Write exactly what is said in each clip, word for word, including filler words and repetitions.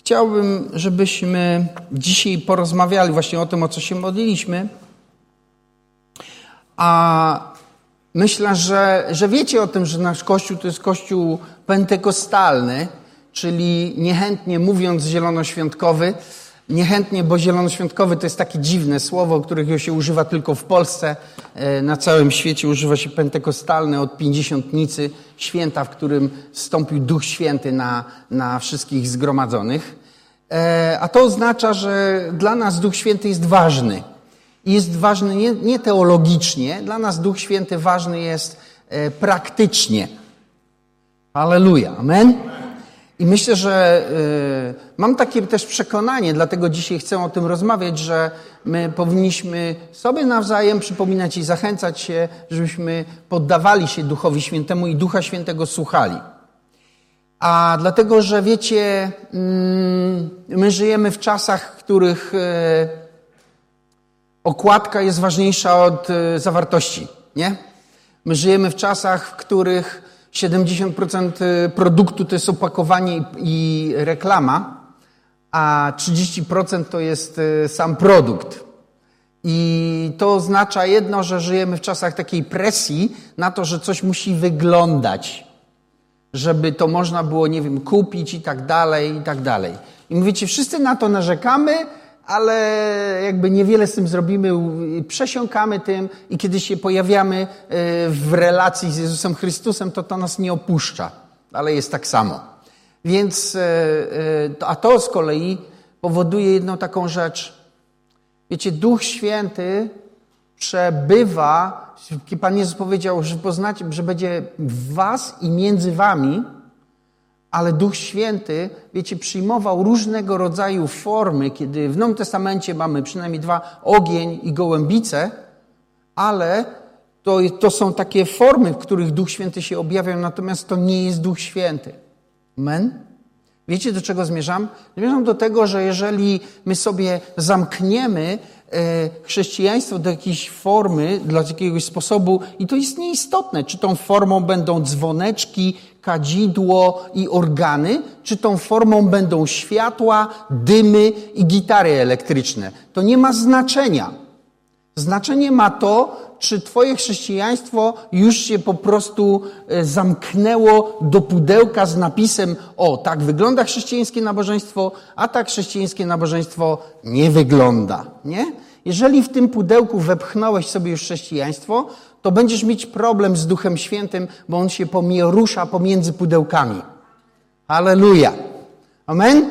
chciałbym, żebyśmy dzisiaj porozmawiali właśnie o tym, o co się modliliśmy. A myślę, że, że wiecie o tym, że nasz Kościół to jest Kościół pentekostalny, czyli niechętnie mówiąc zielonoświątkowy, niechętnie, bo zielonoświątkowy to jest takie dziwne słowo, którego się używa tylko w Polsce. Na całym świecie używa się pentekostalny od Pięćdziesiątnicy, święta, w którym zstąpił Duch Święty na, na wszystkich zgromadzonych. A to oznacza, że dla nas Duch Święty jest ważny. I jest ważny nie, nie teologicznie, dla nas Duch Święty ważny jest praktycznie. Halleluja, amen? I myślę, że y, mam takie też przekonanie, dlatego dzisiaj chcę o tym rozmawiać, że my powinniśmy sobie nawzajem przypominać i zachęcać się, żebyśmy poddawali się Duchowi Świętemu i Ducha Świętego słuchali. A dlatego, że wiecie, y, my żyjemy w czasach, w których y, okładka jest ważniejsza od y, zawartości, nie? My żyjemy w czasach, w których siedemdziesiąt procent produktu to jest opakowanie i reklama, a trzydzieści procent to jest sam produkt. I to oznacza jedno, że żyjemy w czasach takiej presji na to, że coś musi wyglądać, żeby to można było, nie wiem, kupić i tak dalej, i tak dalej. I mówicie, wszyscy na to narzekamy, ale jakby niewiele z tym zrobimy, przesiąkamy tym i kiedy się pojawiamy w relacji z Jezusem Chrystusem, to to nas nie opuszcza, ale jest tak samo. Więc, a to z kolei powoduje jedną taką rzecz. Wiecie, Duch Święty przebywa, Pan Jezus powiedział, że poznacie, że będzie w was i między wami, ale Duch Święty, wiecie, przyjmował różnego rodzaju formy, kiedy w Nowym Testamencie mamy przynajmniej dwa, ogień i gołębice, ale to, to są takie formy, w których Duch Święty się objawia, natomiast to nie jest Duch Święty. Amen? Wiecie, do czego zmierzam? Zmierzam do tego, że jeżeli my sobie zamkniemy chrześcijaństwo do jakiejś formy, dla jakiegoś sposobu i to jest nieistotne, czy tą formą będą dzwoneczki, kadzidło i organy, czy tą formą będą światła, dymy i gitary elektryczne. To nie ma znaczenia. Znaczenie ma to, czy twoje chrześcijaństwo już się po prostu zamknęło do pudełka z napisem: o, tak wygląda chrześcijańskie nabożeństwo, a tak chrześcijańskie nabożeństwo nie wygląda, nie? Jeżeli w tym pudełku wepchnąłeś sobie już chrześcijaństwo, to będziesz mieć problem z Duchem Świętym, bo on się rusza pomiędzy pudełkami. Halleluja. Amen?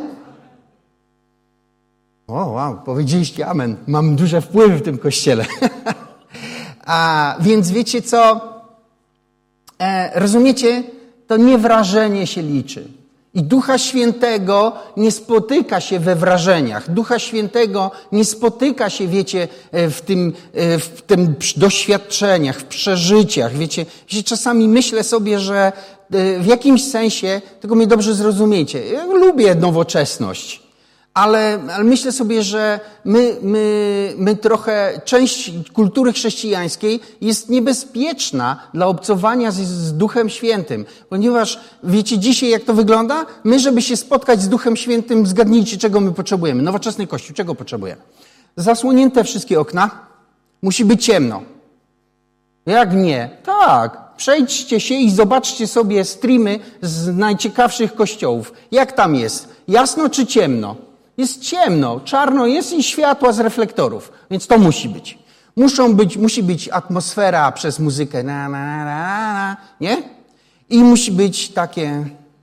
O, wow, powiedzieliście amen. Mam duże wpływy w tym kościele. A więc wiecie co? E, rozumiecie? To nie wrażenie się liczy. I Ducha Świętego nie spotyka się we wrażeniach. Ducha Świętego nie spotyka się, wiecie, w tym, w tym doświadczeniach, w przeżyciach. Wiecie, wiecie, czasami myślę sobie, że w jakimś sensie, tylko mnie dobrze zrozumiecie, ja lubię nowoczesność. Ale, ale myślę sobie, że my, my, my trochę, część kultury chrześcijańskiej jest niebezpieczna dla obcowania z, z Duchem Świętym. Ponieważ, wiecie, dzisiaj jak to wygląda? My, żeby się spotkać z Duchem Świętym, zgadnijcie, czego my potrzebujemy. Nowoczesny Kościół, czego potrzebujemy? Zasłonięte wszystkie okna. Musi być ciemno. Jak nie? Tak. Przejdźcie się i zobaczcie sobie streamy z najciekawszych kościołów. Jak tam jest? Jasno czy ciemno? Jest ciemno, czarno jest i światła z reflektorów, więc to musi być. Muszą być, musi być atmosfera przez muzykę, na, na, na, na, nie? I musi być takie...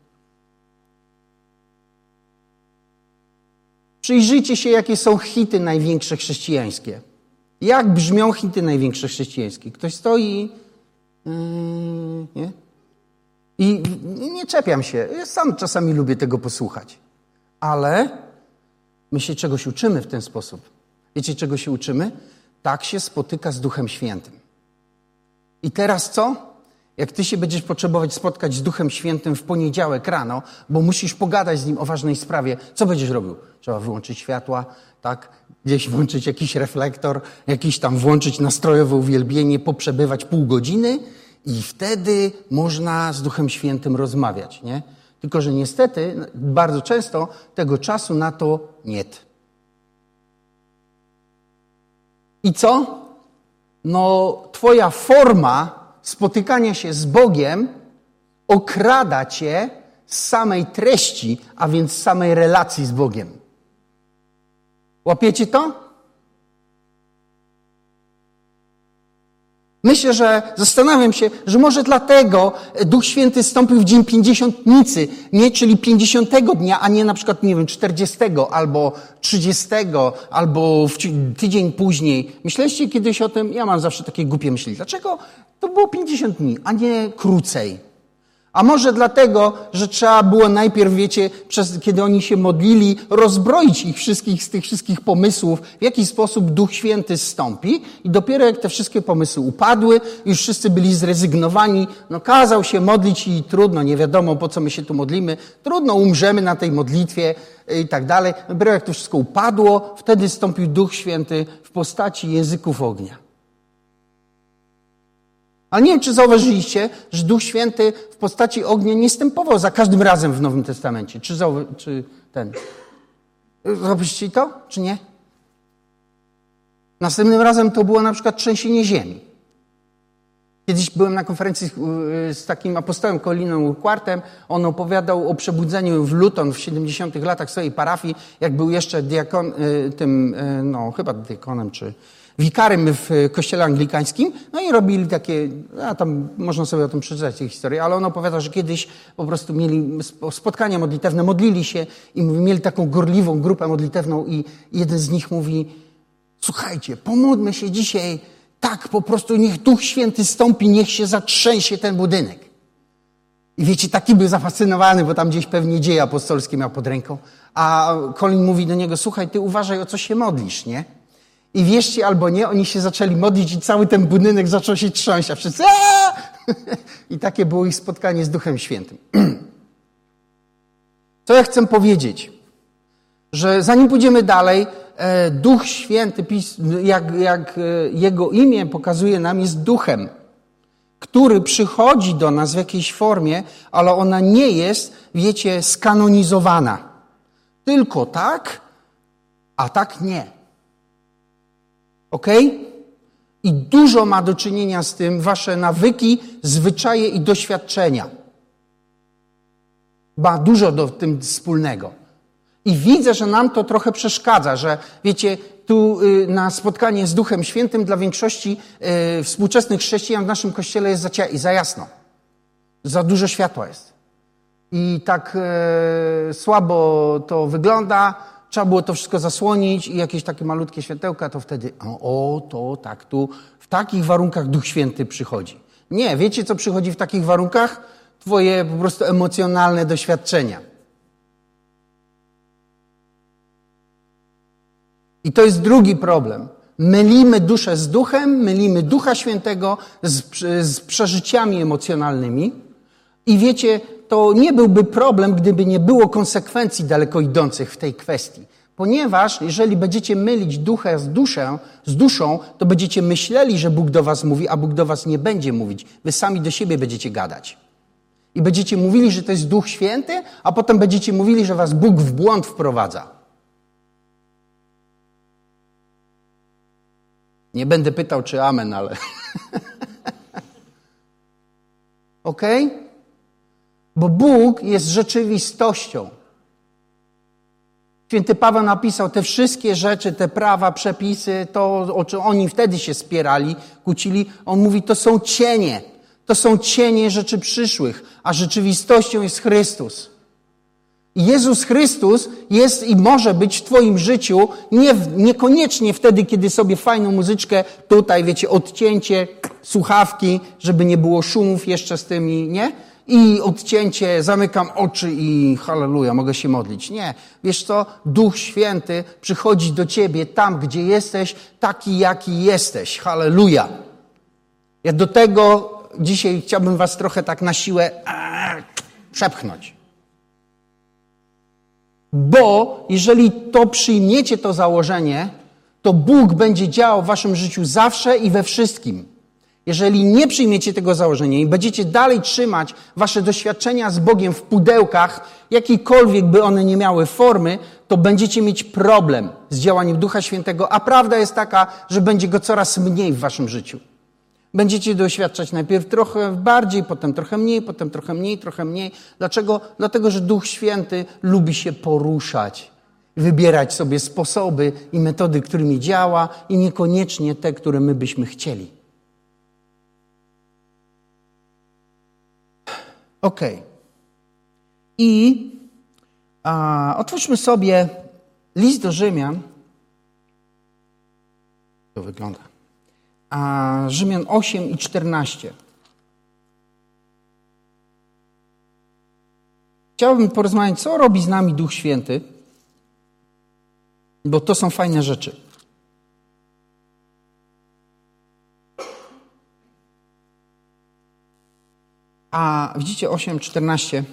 Przyjrzyjcie się, jakie są hity największe chrześcijańskie. Jak brzmią hity największe chrześcijańskie? Ktoś stoi... Yy, nie? I nie czepiam się. Ja sam czasami lubię tego posłuchać. Ale... My się czegoś uczymy w ten sposób. Wiecie, czego się uczymy? Tak się spotyka z Duchem Świętym. I teraz co? Jak ty się będziesz potrzebować spotkać z Duchem Świętym w poniedziałek rano, bo musisz pogadać z Nim o ważnej sprawie, co będziesz robił? Trzeba wyłączyć światła, tak? Gdzieś włączyć jakiś reflektor, jakiś tam włączyć nastrojowe uwielbienie, poprzebywać pół godziny i wtedy można z Duchem Świętym rozmawiać, nie? Tylko że niestety bardzo często tego czasu na to nie. I co? No, twoja forma spotykania się z Bogiem okrada cię z samej treści, a więc z samej relacji z Bogiem. Łapiecie to? Myślę, że zastanawiam się, że może dlatego Duch Święty zstąpił w dzień pięćdziesiątnicy, nie, czyli pięćdziesiątego dnia, a nie na przykład, nie wiem, czterdziestego albo trzydziestego albo w tydzień później. Myśleliście kiedyś o tym? Ja mam zawsze takie głupie myśli. Dlaczego to było pięćdziesiąt dni, a nie krócej? A może dlatego, że trzeba było najpierw, wiecie, przez, kiedy oni się modlili, rozbroić ich wszystkich z tych wszystkich pomysłów, w jaki sposób Duch Święty zstąpi i dopiero jak te wszystkie pomysły upadły, już wszyscy byli zrezygnowani, no kazał się modlić i trudno, nie wiadomo po co my się tu modlimy, trudno, umrzemy na tej modlitwie i tak dalej. Dopiero jak to wszystko upadło, wtedy zstąpił Duch Święty w postaci języków ognia. Ale nie wiem, czy zauważyliście, że Duch Święty w postaci ognia nie stępował za każdym razem w Nowym Testamencie. Czy, zauwa- czy ten... Zobaczycie to, czy nie? Następnym razem to było na przykład trzęsienie ziemi. Kiedyś byłem na konferencji z takim apostołem Coliną Quartem. On opowiadał o przebudzeniu w Luton w siedemdziesiątych latach swojej parafii, jak był jeszcze diakon, tym, no chyba diakonem, czy wikarym w kościele anglikańskim. No i robili takie, a tam można sobie o tym przeczytać tę historię, ale on opowiada, że kiedyś po prostu mieli spotkania modlitewne, modlili się i mieli taką gorliwą grupę modlitewną i jeden z nich mówi: słuchajcie, pomódlmy się dzisiaj tak, po prostu niech Duch Święty stąpi, niech się zatrzęsie ten budynek. I wiecie, taki był zafascynowany, bo tam gdzieś pewnie dzieje apostolskie miał pod ręką. A Colin mówi do niego: słuchaj, ty uważaj, o co się modlisz, nie? I wierzcie albo nie, oni się zaczęli modlić i cały ten budynek zaczął się trząść, a wszyscy aaa! I takie było ich spotkanie z Duchem Świętym. Co ja chcę powiedzieć? Że zanim pójdziemy dalej, Duch Święty, jak, jak Jego imię pokazuje nam, jest duchem, który przychodzi do nas w jakiejś formie, ale ona nie jest, wiecie, skanonizowana. Tylko tak, a tak nie. Okej? Okay? I dużo ma do czynienia z tym wasze nawyki, zwyczaje i doświadczenia. Ma dużo do tym wspólnego. I widzę, że nam to trochę przeszkadza, że wiecie, tu na spotkanie z Duchem Świętym dla większości y, współczesnych chrześcijan w naszym kościele jest za, cia- za jasno. Za dużo światła jest. I tak y, słabo to wygląda. Trzeba było to wszystko zasłonić i jakieś takie malutkie światełka, to wtedy o, to tak, tu w takich warunkach Duch Święty przychodzi. Nie, wiecie co przychodzi w takich warunkach? Twoje po prostu emocjonalne doświadczenia. I to jest drugi problem. Mylimy duszę z duchem, mylimy Ducha Świętego z, z przeżyciami emocjonalnymi i wiecie, to nie byłby problem, gdyby nie było konsekwencji daleko idących w tej kwestii. Ponieważ jeżeli będziecie mylić ducha z duszę, z duszą, to będziecie myśleli, że Bóg do was mówi, a Bóg do was nie będzie mówić. Wy sami do siebie będziecie gadać. I będziecie mówili, że to jest Duch Święty, a potem będziecie mówili, że was Bóg w błąd wprowadza. Nie będę pytał, czy amen, ale... Okej? Okay? Bo Bóg jest rzeczywistością. Święty Paweł napisał te wszystkie rzeczy, te prawa, przepisy, to, o czym oni wtedy się spierali, kłócili. On mówi, to są cienie. To są cienie rzeczy przyszłych, a rzeczywistością jest Chrystus. I Jezus Chrystus jest i może być w twoim życiu nie, niekoniecznie wtedy, kiedy sobie fajną muzyczkę, tutaj wiecie, odcięcie, słuchawki, żeby nie było szumów jeszcze z tymi, nie? I odcięcie, zamykam oczy i halleluja, mogę się modlić. Nie, wiesz co? Duch Święty przychodzi do ciebie tam, gdzie jesteś, taki jaki jesteś. Halleluja. Ja do tego dzisiaj chciałbym was trochę tak na siłę aaa, przepchnąć. Bo jeżeli to przyjmiecie, to założenie, to Bóg będzie działał w waszym życiu zawsze i we wszystkim. Jeżeli nie przyjmiecie tego założenia i będziecie dalej trzymać wasze doświadczenia z Bogiem w pudełkach, jakiejkolwiek by one nie miały formy, to będziecie mieć problem z działaniem Ducha Świętego, a prawda jest taka, że będzie go coraz mniej w waszym życiu. Będziecie doświadczać najpierw trochę bardziej, potem trochę mniej, potem trochę mniej, trochę mniej. Dlaczego? Dlatego, że Duch Święty lubi się poruszać, wybierać sobie sposoby i metody, którymi działa i niekoniecznie te, które my byśmy chcieli. Okej. Okay. I a, otwórzmy sobie list do Rzymian. To wygląda. A, Rzymian osiem i czternaście. Chciałbym porozmawiać, co robi z nami Duch Święty, bo to są fajne rzeczy. A widzicie osiem czternaście.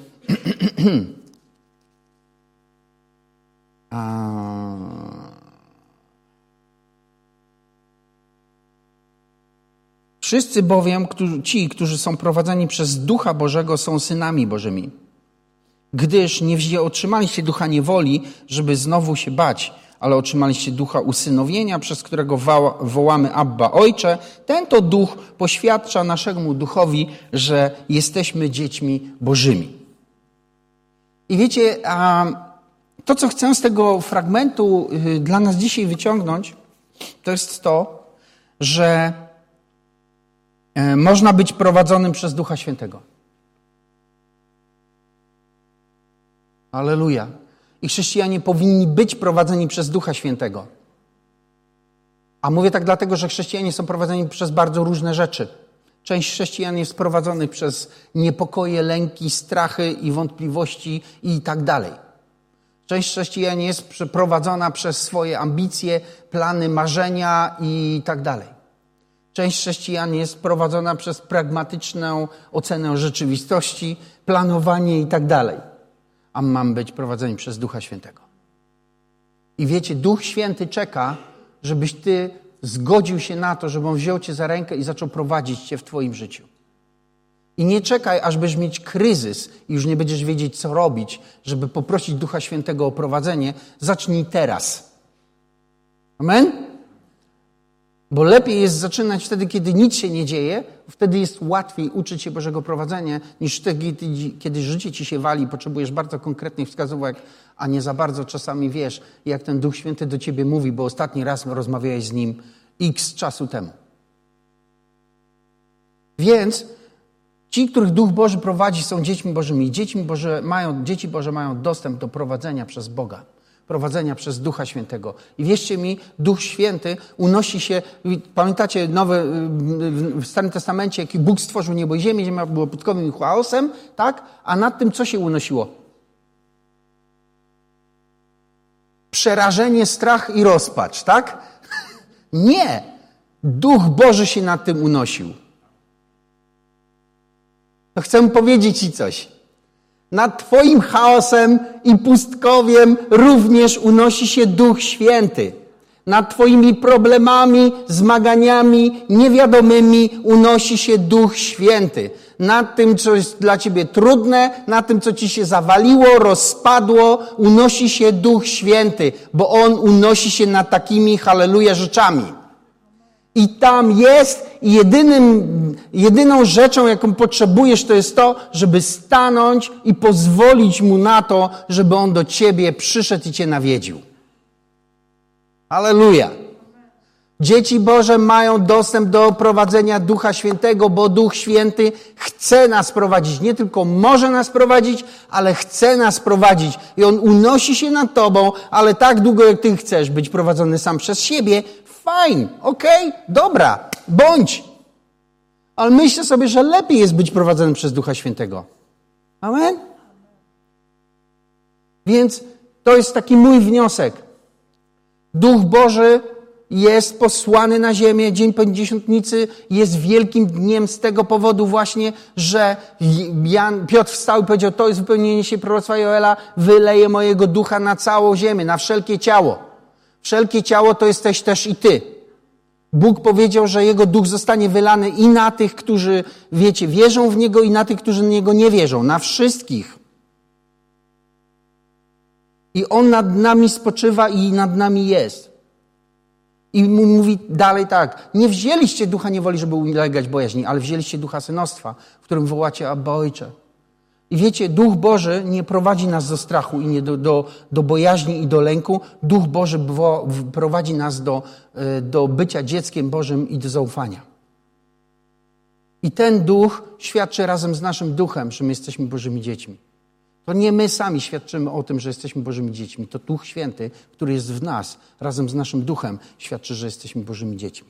A... Wszyscy bowiem, którzy, ci, którzy są prowadzeni przez Ducha Bożego, są synami Bożymi. Gdyż nie otrzymaliście ducha niewoli, żeby znowu się bać, ale otrzymaliście ducha usynowienia, przez którego wołamy Abba, Ojcze. Ten to duch poświadcza naszemu duchowi, że jesteśmy dziećmi Bożymi. I wiecie, to, co chcę z tego fragmentu dla nas dzisiaj wyciągnąć, to jest to, że można być prowadzonym przez Ducha Świętego. Alleluja. I chrześcijanie powinni być prowadzeni przez Ducha Świętego. A mówię tak dlatego, że chrześcijanie są prowadzeni przez bardzo różne rzeczy. Część chrześcijan jest prowadzonych przez niepokoje, lęki, strachy i wątpliwości i tak dalej. Część chrześcijan jest przeprowadzona przez swoje ambicje, plany, marzenia i tak dalej. Część chrześcijan jest prowadzona przez pragmatyczną ocenę rzeczywistości, planowanie i tak dalej. A mam być prowadzeni przez Ducha Świętego. I wiecie, Duch Święty czeka, żebyś ty zgodził się na to, żeby on wziął cię za rękę i zaczął prowadzić cię w twoim życiu. I nie czekaj, aż będziesz mieć kryzys i już nie będziesz wiedzieć, co robić, żeby poprosić Ducha Świętego o prowadzenie. Zacznij teraz. Amen? Bo lepiej jest zaczynać wtedy, kiedy nic się nie dzieje, wtedy jest łatwiej uczyć się Bożego prowadzenia, niż wtedy, kiedy życie ci się wali i potrzebujesz bardzo konkretnych wskazówek, a nie za bardzo czasami wiesz, jak ten Duch Święty do ciebie mówi, bo ostatni raz rozmawiałeś z Nim x czasu temu. Więc ci, których Duch Boży prowadzi, są dziećmi Bożymi. Dziećmi Boże mają, dzieci Boże mają dostęp do prowadzenia przez Boga. Prowadzenia przez Ducha Świętego. I wierzcie mi, Duch Święty unosi się, pamiętacie nowe, w Starym Testamencie, jaki Bóg stworzył niebo i ziemię, ziemia była putkowym chaosem, tak? A nad tym co się unosiło? Przerażenie, strach i rozpacz, tak? Nie! Duch Boży się nad tym unosił. To chcę powiedzieć ci coś. Nad twoim chaosem i pustkowiem również unosi się Duch Święty. Nad twoimi problemami, zmaganiami, niewiadomymi unosi się Duch Święty. Nad tym, co jest dla ciebie trudne, nad tym, co ci się zawaliło, rozpadło, unosi się Duch Święty, bo On unosi się nad takimi, halleluja, rzeczami. I tam jest i jedynym, jedyną rzeczą, jaką potrzebujesz, to jest to, żeby stanąć i pozwolić Mu na to, żeby On do ciebie przyszedł i cię nawiedził. Halleluja. Dzieci Boże mają dostęp do prowadzenia Ducha Świętego, bo Duch Święty chce nas prowadzić. Nie tylko może nas prowadzić, ale chce nas prowadzić. I On unosi się nad tobą, ale tak długo, jak ty chcesz być prowadzony sam przez siebie, fajnie, okej, okay, dobra, bądź. Ale myślę sobie, że lepiej jest być prowadzonym przez Ducha Świętego. Amen? Więc to jest taki mój wniosek. Duch Boży jest posłany na ziemię. Dzień Pięćdziesiątnicy jest wielkim dniem z tego powodu właśnie, że Jan, Piotr wstał i powiedział, to jest wypełnienie się proroctwa Joela, wyleję mojego ducha na całą ziemię, na wszelkie ciało. Wszelkie ciało to jesteś też i ty. Bóg powiedział, że Jego Duch zostanie wylany i na tych, którzy, wiecie, wierzą w Niego, i na tych, którzy w Niego nie wierzą. Na wszystkich. I On nad nami spoczywa i nad nami jest. I mu mówi dalej tak: nie wzięliście ducha niewoli, żeby ulegać bojaźni, ale wzięliście ducha synostwa, w którym wołacie Abba, Ojcze. I wiecie, Duch Boży nie prowadzi nas do strachu i nie do, do, do bojaźni i do lęku. Duch Boży wo, prowadzi nas do, do bycia dzieckiem Bożym i do zaufania. I ten Duch świadczy razem z naszym duchem, że my jesteśmy Bożymi dziećmi. To nie my sami świadczymy o tym, że jesteśmy Bożymi dziećmi. To Duch Święty, który jest w nas, razem z naszym duchem, świadczy, że jesteśmy Bożymi dziećmi.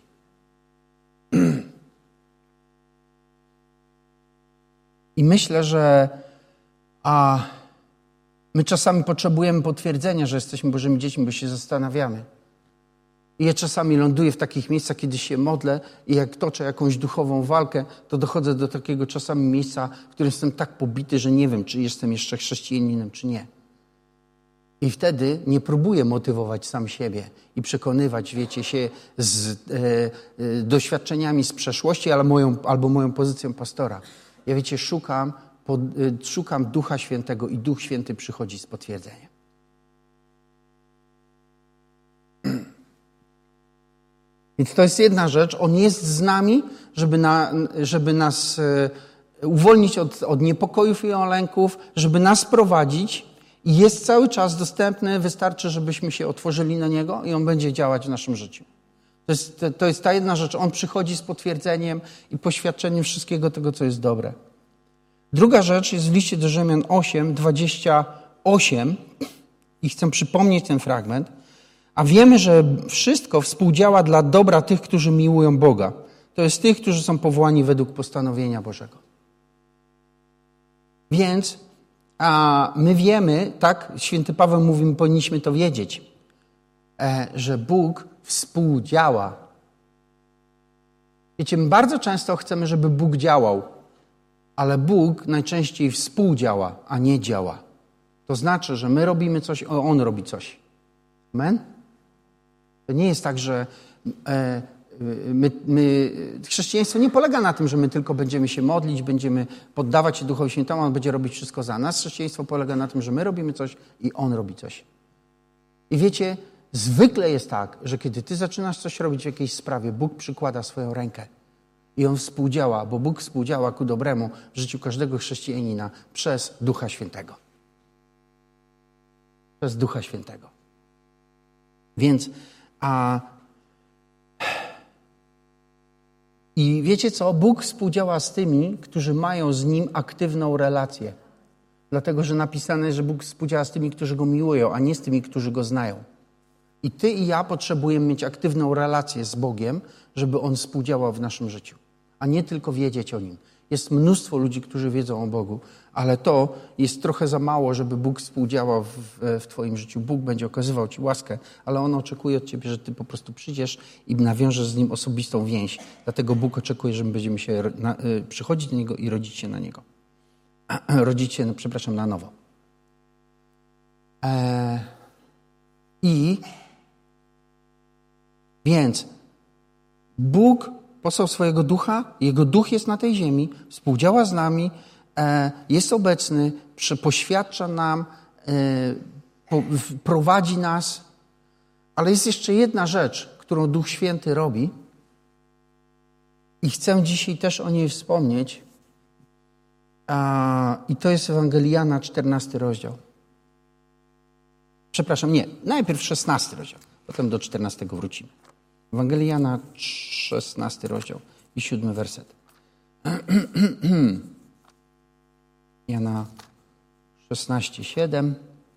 I myślę, że a my czasami potrzebujemy potwierdzenia, że jesteśmy Bożymi dziećmi, bo się zastanawiamy. I ja czasami ląduję w takich miejscach, kiedy się modlę i jak toczę jakąś duchową walkę, to dochodzę do takiego czasami miejsca, w którym jestem tak pobity, że nie wiem, czy jestem jeszcze chrześcijaninem, czy nie. I wtedy nie próbuję motywować sam siebie i przekonywać, wiecie, się z e, e, doświadczeniami z przeszłości, ale moją, albo moją pozycją pastora. Ja, wiecie, szukam, pod, e, szukam Ducha Świętego i Duch Święty przychodzi z potwierdzeniem. Więc to jest jedna rzecz. On jest z nami, żeby, na, żeby nas e, uwolnić od, od niepokojów i lęków, żeby nas prowadzić. I jest cały czas dostępny, wystarczy, żebyśmy się otworzyli na Niego i On będzie działać w naszym życiu. To jest, to jest ta jedna rzecz. On przychodzi z potwierdzeniem i poświadczeniem wszystkiego tego, co jest dobre. Druga rzecz jest w liście do Rzymian osiem, dwadzieścia osiem i chcę przypomnieć ten fragment. A wiemy, że wszystko współdziała dla dobra tych, którzy miłują Boga. To jest tych, którzy są powołani według postanowienia Bożego. Więc a my wiemy, tak, święty Paweł mówi, my powinniśmy to wiedzieć, e, że Bóg współdziała. Wiecie, my bardzo często chcemy, żeby Bóg działał, ale Bóg najczęściej współdziała, a nie działa. To znaczy, że my robimy coś, a On robi coś. Amen? To nie jest tak, że e, my, my, chrześcijaństwo nie polega na tym, że my tylko będziemy się modlić, będziemy poddawać się Duchowi Świętemu, On będzie robić wszystko za nas. Chrześcijaństwo polega na tym, że my robimy coś i On robi coś. I wiecie, zwykle jest tak, że kiedy ty zaczynasz coś robić w jakiejś sprawie, Bóg przykłada swoją rękę i On współdziała, bo Bóg współdziała ku dobremu w życiu każdego chrześcijanina przez Ducha Świętego. Przez Ducha Świętego. Więc a i wiecie co? Bóg współdziała z tymi, którzy mają z Nim aktywną relację. Dlatego, że napisane jest, że Bóg współdziała z tymi, którzy Go miłują, a nie z tymi, którzy Go znają. I ty i ja potrzebujemy mieć aktywną relację z Bogiem, żeby On współdziałał w naszym życiu, a nie tylko wiedzieć o Nim. Jest mnóstwo ludzi, którzy wiedzą o Bogu, ale to jest trochę za mało, żeby Bóg współdziałał w, w, w twoim życiu. Bóg będzie okazywał ci łaskę, ale On oczekuje od ciebie, że ty po prostu przyjdziesz i nawiążesz z Nim osobistą więź. Dlatego Bóg oczekuje, że my będziemy się na, y, przychodzić do Niego i rodzić się na Niego. rodzić się, no, przepraszam, na nowo. E, I więc Bóg posłał swojego ducha, Jego duch jest na tej ziemi, współdziała z nami, e, jest obecny, poświadcza nam, e, po, prowadzi nas. Ale jest jeszcze jedna rzecz, którą Duch Święty robi i chcę dzisiaj też o niej wspomnieć. A, I to jest Ewangelia Jana, czternasty rozdział. Przepraszam, nie, najpierw szesnasty rozdział, potem do czternastego wrócimy. Ewangelia Jana, szesnasty rozdział i siódmy werset. Jana szesnaście, siedem.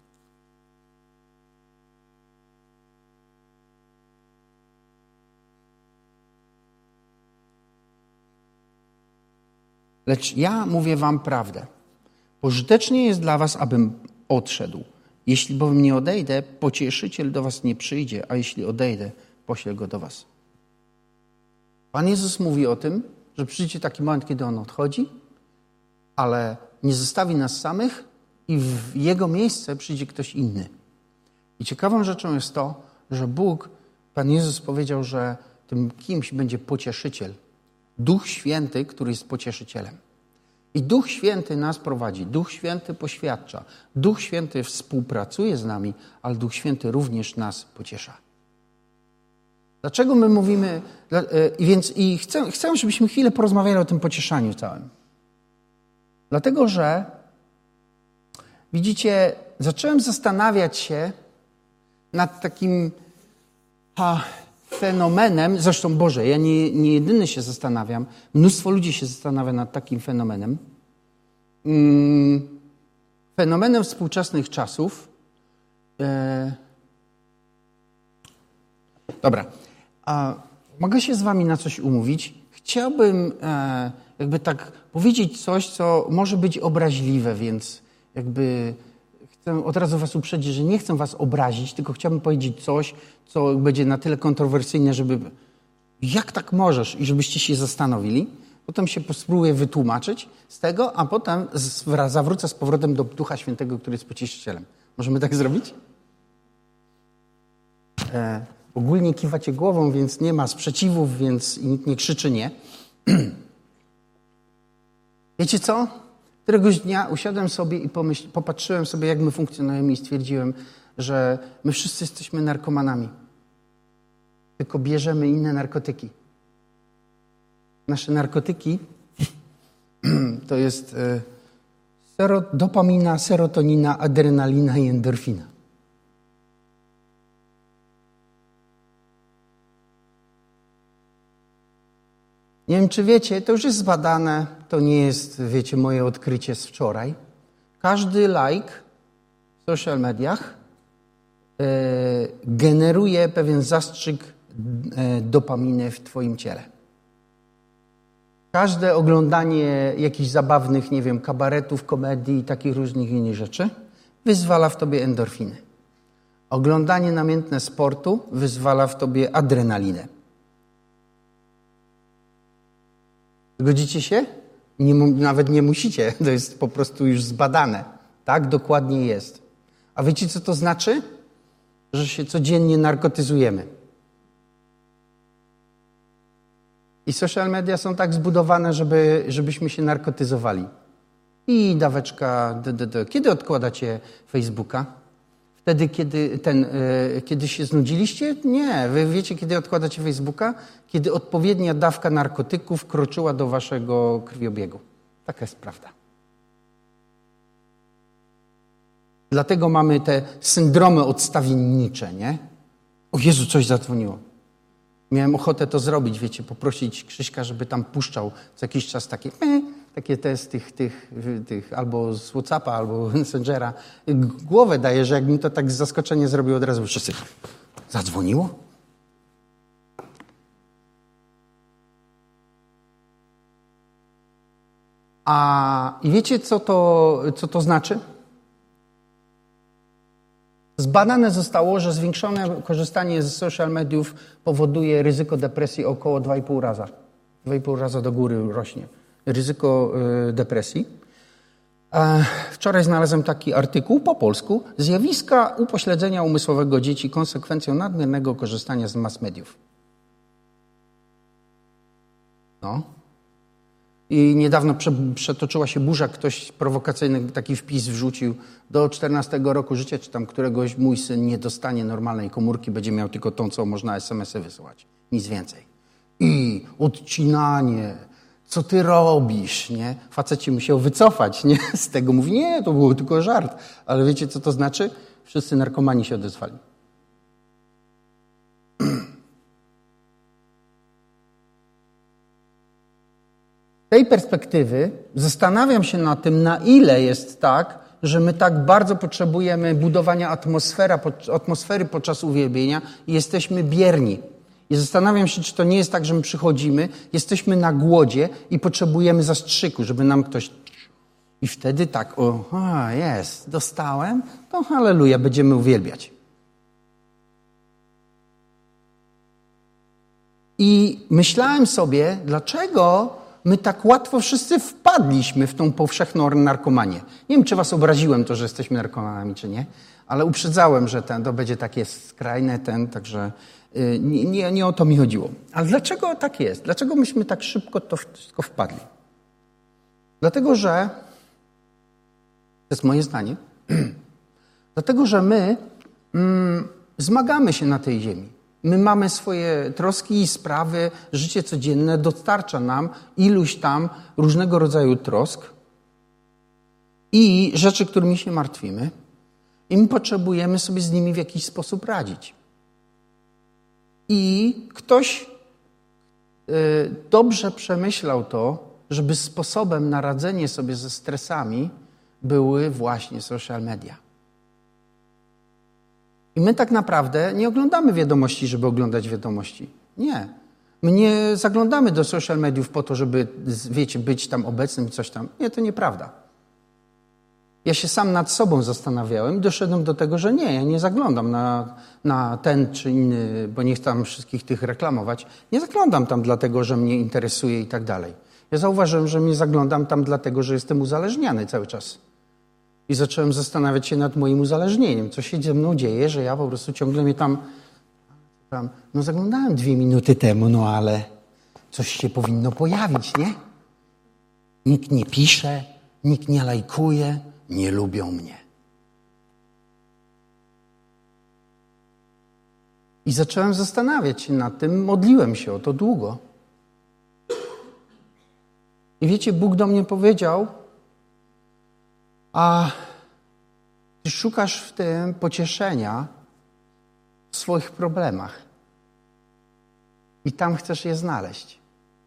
Lecz ja mówię wam prawdę. Pożytecznie jest dla was, abym odszedł. Jeśli bowiem nie odejdę, pocieszyciel do was nie przyjdzie, a jeśli odejdę, poślę go do was. Pan Jezus mówi o tym, że przyjdzie taki moment, kiedy On odchodzi, ale nie zostawi nas samych i w Jego miejsce przyjdzie ktoś inny. I ciekawą rzeczą jest to, że Bóg, Pan Jezus powiedział, że tym kimś będzie pocieszyciel. Duch Święty, który jest pocieszycielem. I Duch Święty nas prowadzi. Duch Święty poświadcza. Duch Święty współpracuje z nami, ale Duch Święty również nas pociesza. Dlaczego my mówimy... Więc i chcę, chcę, żebyśmy chwilę porozmawiali o tym pocieszaniu całym. Dlatego, że widzicie, zacząłem zastanawiać się nad takim ha, fenomenem, zresztą Boże, ja nie, nie jedyny się zastanawiam, mnóstwo ludzi się zastanawia nad takim fenomenem, hmm, fenomenem współczesnych czasów. E... Dobra, a mogę się z wami na coś umówić? Chciałbym e, jakby tak powiedzieć coś, co może być obraźliwe, więc jakby chcę od razu was uprzedzić, że nie chcę was obrazić, tylko chciałbym powiedzieć coś, co będzie na tyle kontrowersyjne, żeby jak tak możesz i żebyście się zastanowili. Potem się spróbuję wytłumaczyć z tego, a potem z, zawrócę z powrotem do Ducha Świętego, który jest pocieszycielem. Możemy tak zrobić? E, ogólnie kiwacie głową, więc nie ma sprzeciwów, więc nikt nie krzyczy nie. Wiecie co? Któregoś dnia usiadłem sobie i pomyśl, popatrzyłem sobie, jak my funkcjonujemy i stwierdziłem, że my wszyscy jesteśmy narkomanami. Tylko bierzemy inne narkotyki. Nasze narkotyki to jest e, sero, dopamina, serotonina, adrenalina i endorfina. Nie wiem, czy wiecie, to już jest zbadane, to nie jest, wiecie, moje odkrycie z wczoraj. Każdy like w social mediach e, generuje pewien zastrzyk e, dopaminy w twoim ciele. Każde oglądanie jakichś zabawnych, nie wiem, kabaretów, komedii i takich różnych innych rzeczy wyzwala w tobie endorfiny. Oglądanie namiętne sportu wyzwala w tobie adrenalinę. Zgodzicie się? Nie, nawet nie musicie, to jest po prostu już zbadane. Tak dokładnie jest. A wiecie, co to znaczy? Że się codziennie narkotyzujemy. I social media są tak zbudowane, żeby, żebyśmy się narkotyzowali. I daweczka... D, d, d. Kiedy odkładacie Facebooka? Wtedy, kiedy, ten, yy, kiedy się znudziliście? Nie. Wy wiecie, kiedy odkładacie Facebooka? Kiedy odpowiednia dawka narkotyków wkroczyła do waszego krwiobiegu. Taka jest prawda. Dlatego mamy te syndromy odstawiennicze, nie? O Jezu, coś zadzwoniło. Miałem ochotę to zrobić, wiecie, poprosić Krzyśka, żeby tam puszczał co jakiś czas takie, takie te z tych, tych, tych albo z WhatsAppa, albo Messengera. Głowę daje, że jak mi to tak z zaskoczenia zrobił, od razu wszyscy. Zadzwoniło? A i wiecie, co to, co to znaczy? Zbadane zostało, że zwiększone korzystanie z social mediów powoduje ryzyko depresji około dwa i pół raza. dwa i pół raza do góry rośnie ryzyko y, depresji. E, wczoraj znalazłem taki artykuł po polsku. Zjawiska upośledzenia umysłowego dzieci konsekwencją nadmiernego korzystania z mass mediów. No. I niedawno prze, przetoczyła się burza, ktoś prowokacyjny taki wpis wrzucił. Do czternastego roku życia, czy tam któregoś mój syn nie dostanie normalnej komórki, będzie miał tylko tą, co można es em esy wysyłać. Nic więcej. I odcinanie, co ty robisz, nie? Facet się musiał wycofać, nie? Z tego mówi, nie, to był tylko żart. Ale wiecie, co to znaczy? Wszyscy narkomani się odezwali. Z tej perspektywy zastanawiam się nad tym, na ile jest tak, że my tak bardzo potrzebujemy budowania atmosfera, atmosfery podczas uwielbienia i jesteśmy bierni. I zastanawiam się, czy to nie jest tak, że my przychodzimy, jesteśmy na głodzie i potrzebujemy zastrzyku, żeby nam ktoś... I wtedy tak, o, a, jest, dostałem, to halleluja, będziemy uwielbiać. I myślałem sobie, dlaczego my tak łatwo wszyscy wpadliśmy w tą powszechną narkomanię. Nie wiem, czy was obraziłem to, że jesteśmy narkomanami, czy nie, ale uprzedzałem, że ten, to będzie takie skrajne, ten, także Nie, nie, nie o to mi chodziło. Ale dlaczego tak jest? Dlaczego myśmy tak szybko to wszystko wpadli? Dlatego, że, to jest moje zdanie, dlatego, że my mm, zmagamy się na tej ziemi. My mamy swoje troski i sprawy, życie codzienne dostarcza nam iluś tam różnego rodzaju trosk i rzeczy, którymi się martwimy. I my potrzebujemy sobie z nimi w jakiś sposób radzić. I ktoś y, dobrze przemyślał to, żeby sposobem na radzenie sobie ze stresami były właśnie social media. I my tak naprawdę nie oglądamy wiadomości, żeby oglądać wiadomości. Nie. My nie zaglądamy do social mediów po to, żeby, wiecie, być tam obecnym i coś tam. Nie, to nieprawda. Ja się sam nad sobą zastanawiałem i doszedłem do tego, że nie, ja nie zaglądam na, na ten czy inny, bo nie chcę tam wszystkich tych reklamować. Nie zaglądam tam dlatego, że mnie interesuje i tak dalej. Ja zauważyłem, że nie zaglądam tam dlatego, że jestem uzależniany cały czas. I zacząłem zastanawiać się nad moim uzależnieniem. Co się ze mną dzieje, że ja po prostu ciągle mnie tam... tam no zaglądałem dwie minuty temu, no ale coś się powinno pojawić, nie? Nikt nie pisze, nikt nie lajkuje, nie lubią mnie. I zacząłem zastanawiać się nad tym, modliłem się o to długo. I wiecie, Bóg do mnie powiedział, a ty szukasz w tym pocieszenia w swoich problemach. I tam chcesz je znaleźć.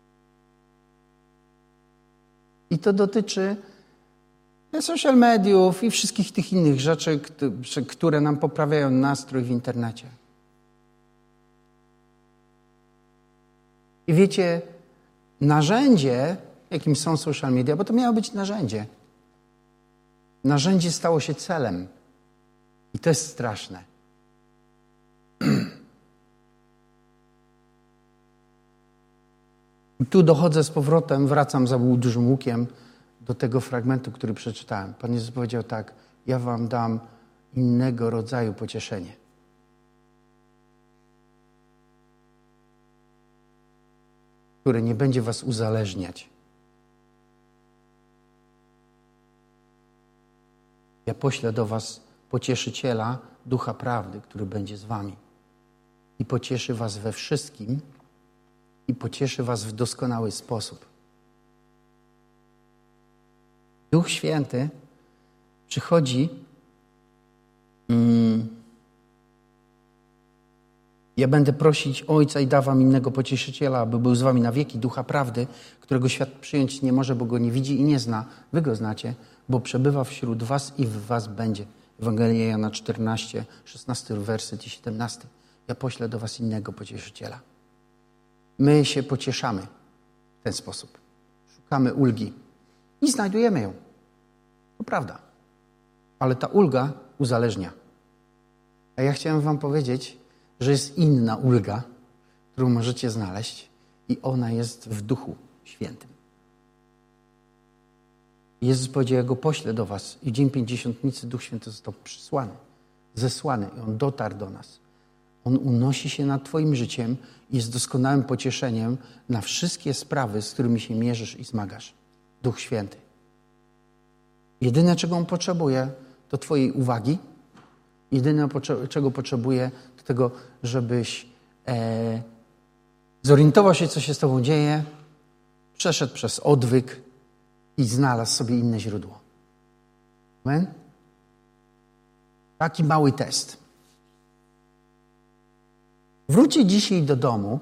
I to dotyczy social mediów i wszystkich tych innych rzeczy, które nam poprawiają nastrój w internecie. I wiecie, narzędzie, jakim są social media, bo to miało być narzędzie. Narzędzie stało się celem. I to jest straszne. I tu dochodzę z powrotem, wracam za dużym łukiem do tego fragmentu, który przeczytałem. Pan Jezus powiedział tak, ja wam dam innego rodzaju pocieszenie. Które nie będzie was uzależniać. Ja poślę do was pocieszyciela, Ducha Prawdy, który będzie z wami. I pocieszy was we wszystkim i pocieszy was w doskonały sposób. Duch Święty przychodzi. Mm, ja będę prosić Ojca i da wam innego pocieszyciela, aby był z wami na wieki, Ducha Prawdy, którego świat przyjąć nie może, bo go nie widzi i nie zna. Wy go znacie, bo przebywa wśród was i w was będzie. Ewangelia Jana czternaście, szesnasty werset i siedemnasty. Ja poślę do was innego pocieszyciela. My się pocieszamy w ten sposób. Szukamy ulgi i znajdujemy ją. To prawda. Ale ta ulga uzależnia. A ja chciałem wam powiedzieć, że jest inna ulga, którą możecie znaleźć i ona jest w Duchu Świętym. Jezus powiedział, ja go poślę do was i dzień pięćdziesiątnicy Duch Święty został przysłany, zesłany i on dotarł do nas. On unosi się nad twoim życiem i jest doskonałym pocieszeniem na wszystkie sprawy, z którymi się mierzysz i zmagasz. Duch Święty. Jedyne, czego on potrzebuje, to twojej uwagi. Jedyne, czego potrzebuje, to tego, żebyś e, zorientował się, co się z tobą dzieje, przeszedł przez odwyk i znalazł sobie inne źródło. Amen? Taki mały test. Wróćcie dzisiaj do domu,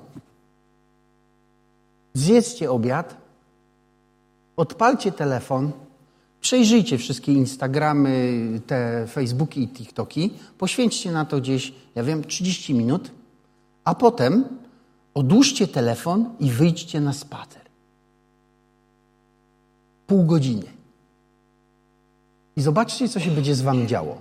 zjedzcie obiad, odpalcie telefon, przejrzyjcie wszystkie Instagramy, te Facebooki i TikToki, poświęćcie na to gdzieś, ja wiem, trzydzieści minut, a potem odłóżcie telefon i wyjdźcie na spacer. Pół godziny. I zobaczcie, co się będzie z wami działo.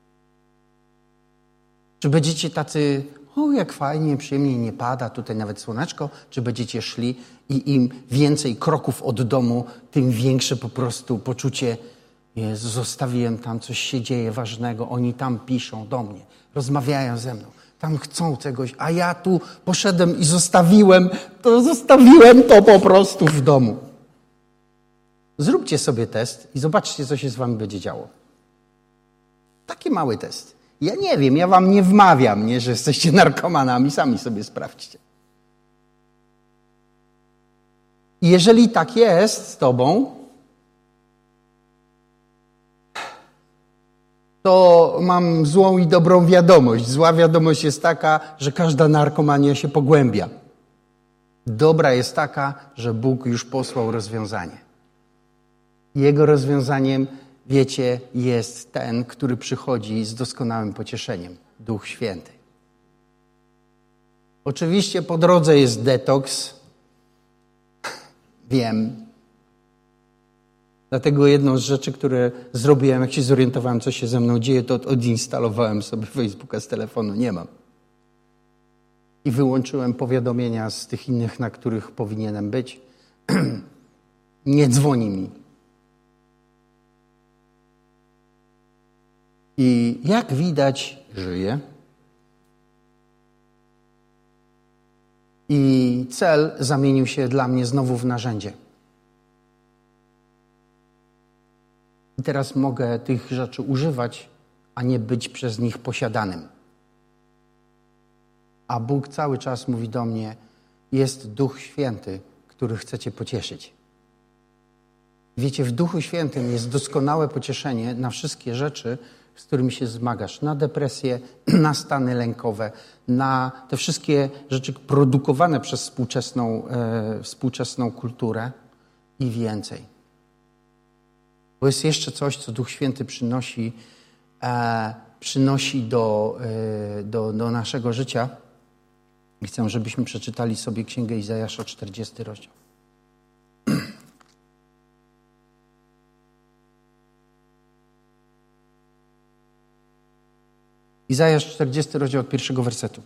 Czy będziecie tacy, o jak fajnie, przyjemnie, nie pada, tutaj nawet słoneczko, czy będziecie szli i im więcej kroków od domu, tym większe po prostu poczucie, Jezu, zostawiłem tam, coś się dzieje ważnego, oni tam piszą do mnie, rozmawiają ze mną. Tam chcą czegoś, a ja tu poszedłem i zostawiłem, to zostawiłem to po prostu w domu. Zróbcie sobie test i zobaczcie, co się z wami będzie działo. Taki mały test. Ja nie wiem, ja wam nie wmawiam, nie, że jesteście narkomanami, sami sobie sprawdźcie. I jeżeli tak jest z tobą, to mam złą i dobrą wiadomość. Zła wiadomość jest taka, że każda narkomania się pogłębia. Dobra jest taka, że Bóg już posłał rozwiązanie. Jego rozwiązaniem, wiecie, jest ten, który przychodzi z doskonałym pocieszeniem. Duch Święty. Oczywiście po drodze jest detoks. Wiem. Dlatego jedną z rzeczy, które zrobiłem, jak się zorientowałem, co się ze mną dzieje, to odinstalowałem sobie Facebooka z telefonu. Nie mam. I wyłączyłem powiadomienia z tych innych, na których powinienem być. Nie dzwoni mi. I jak widać, żyję. I cel zamienił się dla mnie znowu w narzędzie. I teraz mogę tych rzeczy używać, a nie być przez nich posiadanym. A Bóg cały czas mówi do mnie, jest Duch Święty, który chce cię pocieszyć. Wiecie, w Duchu Świętym jest doskonałe pocieszenie na wszystkie rzeczy, z którymi się zmagasz. Na depresję, na stany lękowe, na te wszystkie rzeczy produkowane przez współczesną, e, współczesną kulturę i więcej. Bo jest jeszcze coś, co Duch Święty przynosi, e, przynosi do, e, do, do naszego życia. I chcę, żebyśmy przeczytali sobie Księgę Izajasza, czterdziesty rozdział. Izajasz, czterdziesty rozdział od pierwszego wersetu.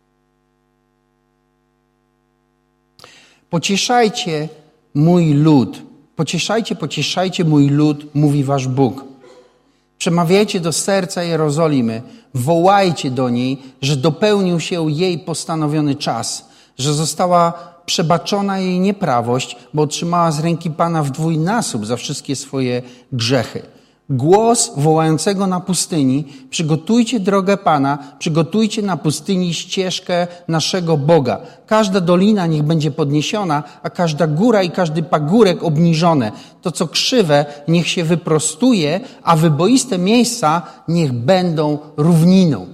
Pocieszajcie mój lud. Pocieszajcie, pocieszajcie mój lud, mówi wasz Bóg. Przemawiajcie do serca Jerozolimy, wołajcie do niej, że dopełnił się jej postanowiony czas, że została przebaczona jej nieprawość, bo otrzymała z ręki Pana w dwójnasób za wszystkie swoje grzechy. Głos wołającego na pustyni, przygotujcie drogę Pana, przygotujcie na pustyni ścieżkę naszego Boga. Każda dolina niech będzie podniesiona, a każda góra i każdy pagórek obniżone. To, co krzywe, niech się wyprostuje, a wyboiste miejsca niech będą równiną.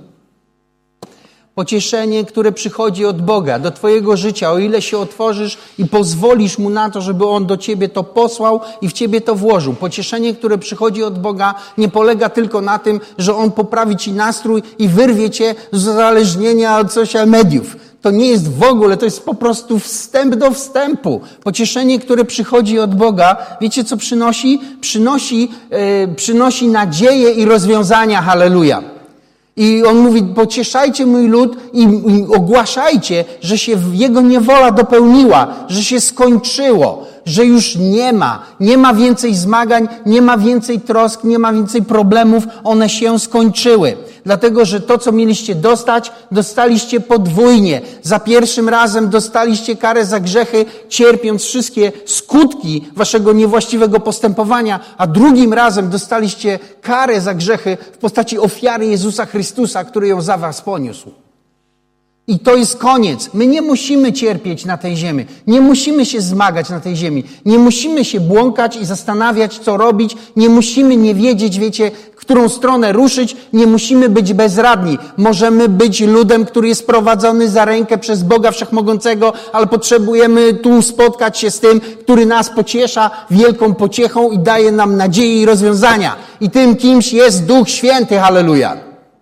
Pocieszenie, które przychodzi od Boga do twojego życia, o ile się otworzysz i pozwolisz Mu na to, żeby On do ciebie to posłał i w ciebie to włożył. Pocieszenie, które przychodzi od Boga, nie polega tylko na tym, że On poprawi ci nastrój i wyrwie cię z uzależnienia od social mediów. To nie jest w ogóle, to jest po prostu wstęp do wstępu. Pocieszenie, które przychodzi od Boga, wiecie co przynosi? Przynosi, yy, przynosi nadzieję i rozwiązania, halleluja. I on mówi, pocieszajcie mój lud i, i ogłaszajcie, że się jego niewola dopełniła, że się skończyło, że już nie ma, nie ma więcej zmagań, nie ma więcej trosk, nie ma więcej problemów, one się skończyły. Dlatego, że to, co mieliście dostać, dostaliście podwójnie. Za pierwszym razem dostaliście karę za grzechy, cierpiąc wszystkie skutki waszego niewłaściwego postępowania, a drugim razem dostaliście karę za grzechy w postaci ofiary Jezusa Chrystusa, który ją za was poniósł. I to jest koniec. My nie musimy cierpieć na tej ziemi. Nie musimy się zmagać na tej ziemi. Nie musimy się błąkać i zastanawiać, co robić. Nie musimy nie wiedzieć, wiecie, w którą stronę ruszyć. Nie musimy być bezradni. Możemy być ludem, który jest prowadzony za rękę przez Boga Wszechmogącego, ale potrzebujemy tu spotkać się z tym, który nas pociesza wielką pociechą i daje nam nadzieję i rozwiązania. I tym kimś jest Duch Święty. Halleluja.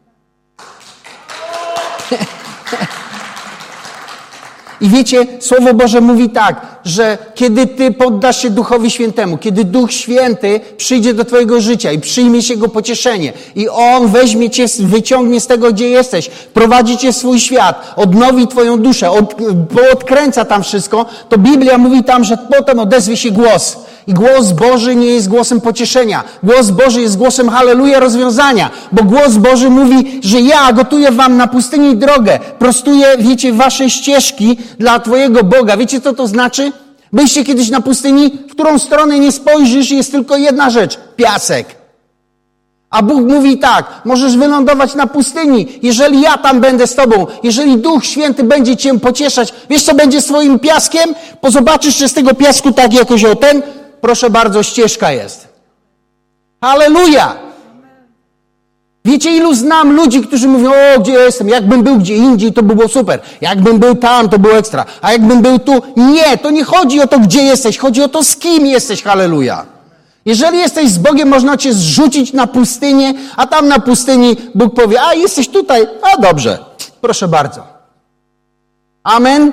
I wiecie, Słowo Boże mówi tak, że kiedy ty poddasz się Duchowi Świętemu, kiedy Duch Święty przyjdzie do twojego życia i przyjmie się Jego pocieszenie i On weźmie cię, wyciągnie z tego, gdzie jesteś, prowadzi cię w swój świat, odnowi twoją duszę, od, odkręca tam wszystko, to Biblia mówi tam, że potem odezwie się głos. I głos Boży nie jest głosem pocieszenia. Głos Boży jest głosem halleluja rozwiązania. Bo głos Boży mówi, że ja gotuję wam na pustyni drogę. Prostuję, wiecie, wasze ścieżki dla twojego Boga. Wiecie, co to znaczy? Byliście kiedyś na pustyni, w którą stronę nie spojrzysz, jest tylko jedna rzecz. Piasek. A Bóg mówi tak, możesz wylądować na pustyni, jeżeli ja tam będę z tobą, jeżeli Duch Święty będzie cię pocieszać. Wiesz, co będzie swoim piaskiem? Pozobaczysz, że z tego piasku tak jakoś o ten, proszę bardzo, ścieżka jest. Halleluja! Wiecie, ilu znam ludzi, którzy mówią, o, gdzie ja jestem? Jakbym był gdzie indziej, to by było super. Jakbym był tam, to było ekstra. A jakbym był tu? Nie, to nie chodzi o to, gdzie jesteś. Chodzi o to, z kim jesteś. Halleluja. Jeżeli jesteś z Bogiem, można cię zrzucić na pustynię, a tam na pustyni Bóg powie, a jesteś tutaj, a dobrze, proszę bardzo. Amen?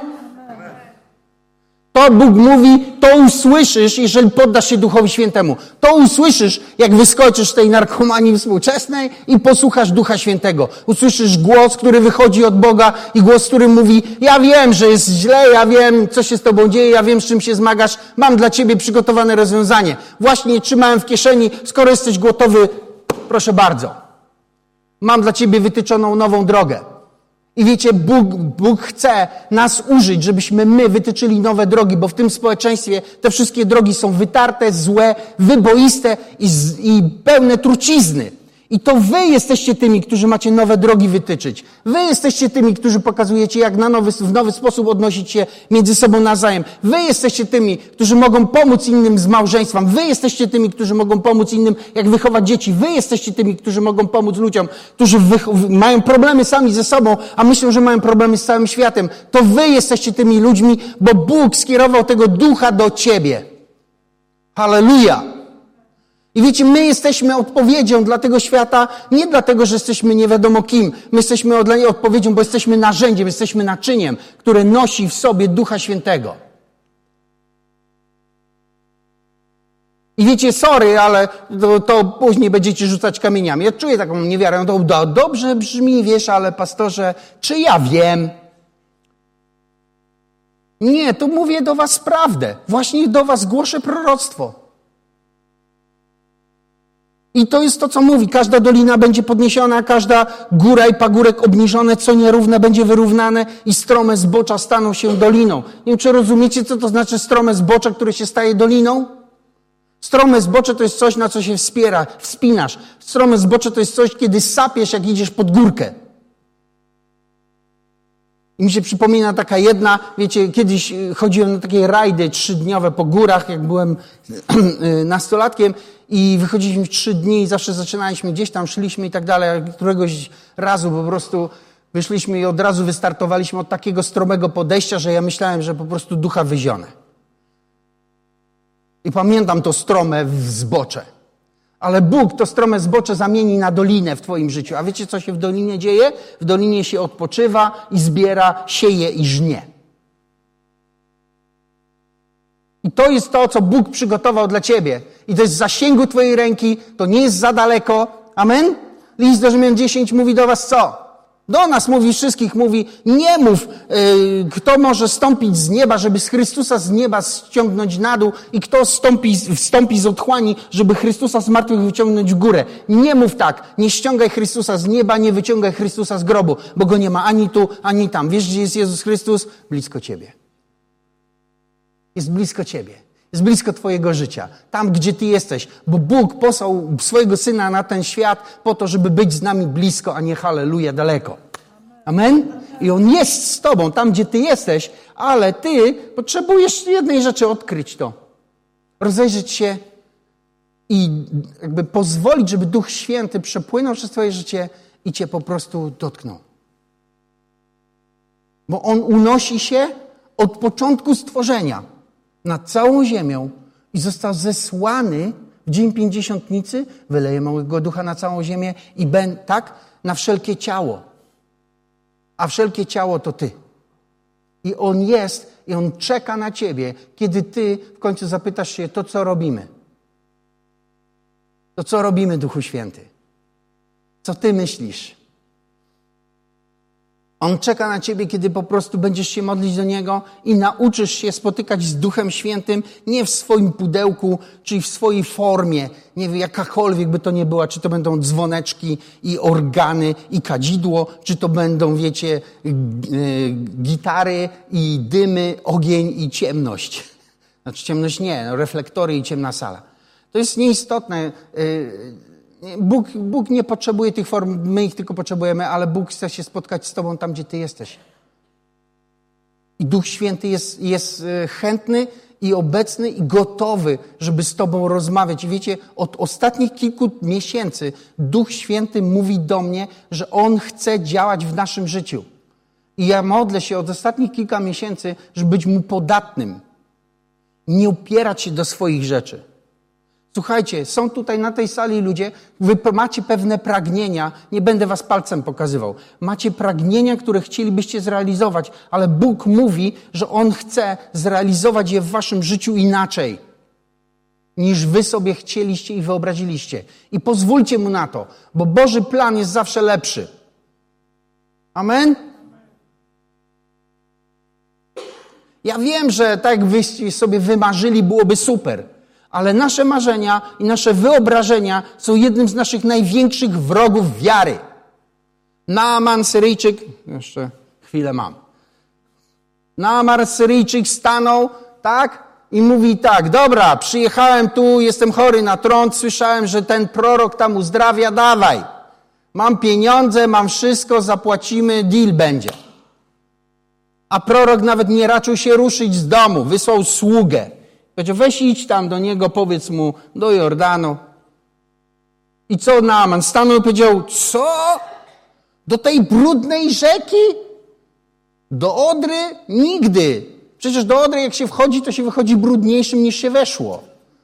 To Bóg mówi, to usłyszysz, jeżeli poddasz się Duchowi Świętemu. To usłyszysz, jak wyskoczysz z tej narkomanii współczesnej i posłuchasz Ducha Świętego. Usłyszysz głos, który wychodzi od Boga i głos, który mówi, ja wiem, że jest źle, ja wiem, co się z tobą dzieje, ja wiem, z czym się zmagasz, mam dla ciebie przygotowane rozwiązanie. Właśnie trzymałem w kieszeni, skoro jesteś gotowy, proszę bardzo. Mam dla ciebie wytyczoną nową drogę. I wiecie, Bóg, Bóg chce nas użyć, żebyśmy my wytyczyli nowe drogi, bo w tym społeczeństwie te wszystkie drogi są wytarte, złe, wyboiste i, z, i pełne trucizny. I to wy jesteście tymi, którzy macie nowe drogi wytyczyć. Wy jesteście tymi, którzy pokazujecie, jak na nowy, w nowy sposób odnosić się między sobą nawzajem. Wy jesteście tymi, którzy mogą pomóc innym z małżeństwem. Wy jesteście tymi, którzy mogą pomóc innym, jak wychować dzieci. Wy jesteście tymi, którzy mogą pomóc ludziom, którzy wych- mają problemy sami ze sobą, a myślą, że mają problemy z całym światem. To wy jesteście tymi ludźmi, bo Bóg skierował tego Ducha do ciebie. Halleluja! I wiecie, my jesteśmy odpowiedzią dla tego świata, nie dlatego, że jesteśmy nie wiadomo kim. My jesteśmy dla niej odpowiedzią, bo jesteśmy narzędziem, jesteśmy naczyniem, które nosi w sobie Ducha Świętego. I wiecie, sorry, ale to, to później będziecie rzucać kamieniami. Ja czuję taką niewiarę, to do, dobrze brzmi, wiesz, ale pastorze, czy ja wiem? Nie, tu mówię do was prawdę. Właśnie do was głoszę proroctwo. I to jest to, co mówi. Każda dolina będzie podniesiona, każda góra i pagórek obniżone, co nierówne będzie wyrównane i strome zbocza staną się doliną. Nie wiem, czy rozumiecie, co to znaczy strome zbocze, które się staje doliną? Strome zbocze to jest coś, na co się wspiera, wspinasz. Strome zbocze to jest coś, kiedy sapiesz, jak idziesz pod górkę. I mi się przypomina taka jedna, wiecie, kiedyś chodziłem na takie rajdy trzydniowe po górach, jak byłem nastolatkiem i wychodziliśmy w trzy dni i zawsze zaczynaliśmy gdzieś tam, szliśmy i tak dalej. Któregoś razu po prostu wyszliśmy i od razu wystartowaliśmy od takiego stromego podejścia, że ja myślałem, że po prostu ducha wyzionę. I pamiętam to strome zbocze. Ale Bóg to strome zbocze zamieni na dolinę w twoim życiu. A wiecie, co się w dolinie dzieje? W dolinie się odpoczywa i zbiera, sieje i żnie. I to jest to, co Bóg przygotował dla ciebie. I to jest w zasięgu twojej ręki, to nie jest za daleko. Amen? List do Rzymian dziesięć mówi do was co? Do nas mówi, wszystkich mówi, nie mów, yy, kto może stąpić z nieba, żeby z Chrystusa z nieba ściągnąć na dół i kto stąpi, wstąpi z otchłani, żeby Chrystusa z martwych wyciągnąć w górę. Nie mów tak, nie ściągaj Chrystusa z nieba, nie wyciągaj Chrystusa z grobu, bo go nie ma ani tu, ani tam. Wiesz, gdzie jest Jezus Chrystus? Blisko ciebie. Jest blisko ciebie. Jest blisko twojego życia. Tam, gdzie ty jesteś. Bo Bóg posłał swojego Syna na ten świat po to, żeby być z nami blisko, a nie halleluja daleko. Amen? I On jest z tobą, tam, gdzie ty jesteś, ale ty potrzebujesz jednej rzeczy, odkryć to. Rozejrzeć się i jakby pozwolić, żeby Duch Święty przepłynął przez twoje życie i cię po prostu dotknął. Bo On unosi się od początku stworzenia nad całą ziemią i został zesłany w dzień pięćdziesiątnicy, wyleje małego ducha na całą ziemię i ben, tak, na wszelkie ciało. A wszelkie ciało to ty. I On jest i On czeka na ciebie, kiedy ty w końcu zapytasz się, to co robimy? To co robimy, Duchu Święty? Co ty myślisz? On czeka na ciebie, kiedy po prostu będziesz się modlić do Niego i nauczysz się spotykać z Duchem Świętym nie w swoim pudełku, czyli w swojej formie, nie wiem, jakakolwiek by to nie była, czy to będą dzwoneczki i organy i kadzidło, czy to będą, wiecie, gitary i dymy, ogień i ciemność. Znaczy ciemność nie, no, reflektory i ciemna sala. To jest nieistotne. Bóg, Bóg nie potrzebuje tych form, my ich tylko potrzebujemy, ale Bóg chce się spotkać z tobą tam, gdzie ty jesteś. I Duch Święty jest, jest chętny i obecny i gotowy, żeby z tobą rozmawiać. I wiecie, od ostatnich kilku miesięcy Duch Święty mówi do mnie, że On chce działać w naszym życiu. I ja modlę się od ostatnich kilka miesięcy, żeby być Mu podatnym. Nie upierać się do swoich rzeczy. Słuchajcie, są tutaj na tej sali ludzie, wy macie pewne pragnienia, nie będę was palcem pokazywał. Macie pragnienia, które chcielibyście zrealizować, ale Bóg mówi, że On chce zrealizować je w waszym życiu inaczej, niż wy sobie chcieliście i wyobraziliście. I pozwólcie Mu na to, bo Boży plan jest zawsze lepszy. Amen? Ja wiem, że tak jak wyście sobie wymarzyli, byłoby super. Ale nasze marzenia i nasze wyobrażenia są jednym z naszych największych wrogów wiary. Naaman Syryjczyk, jeszcze chwilę mam. Naaman Syryjczyk stanął, tak, i mówi tak, dobra, przyjechałem tu, jestem chory na trąd, słyszałem, że ten prorok tam uzdrawia, dawaj. Mam pieniądze, mam wszystko, zapłacimy, deal będzie. A prorok nawet nie raczył się ruszyć z domu, wysłał sługę. Powiedział, weź idź tam do niego, powiedz mu, do Jordanu. I co Naaman? Stanął i powiedział, co? Do tej brudnej rzeki? Do Odry? Nigdy. Przecież do Odry jak się wchodzi, to się wychodzi brudniejszym niż się weszło.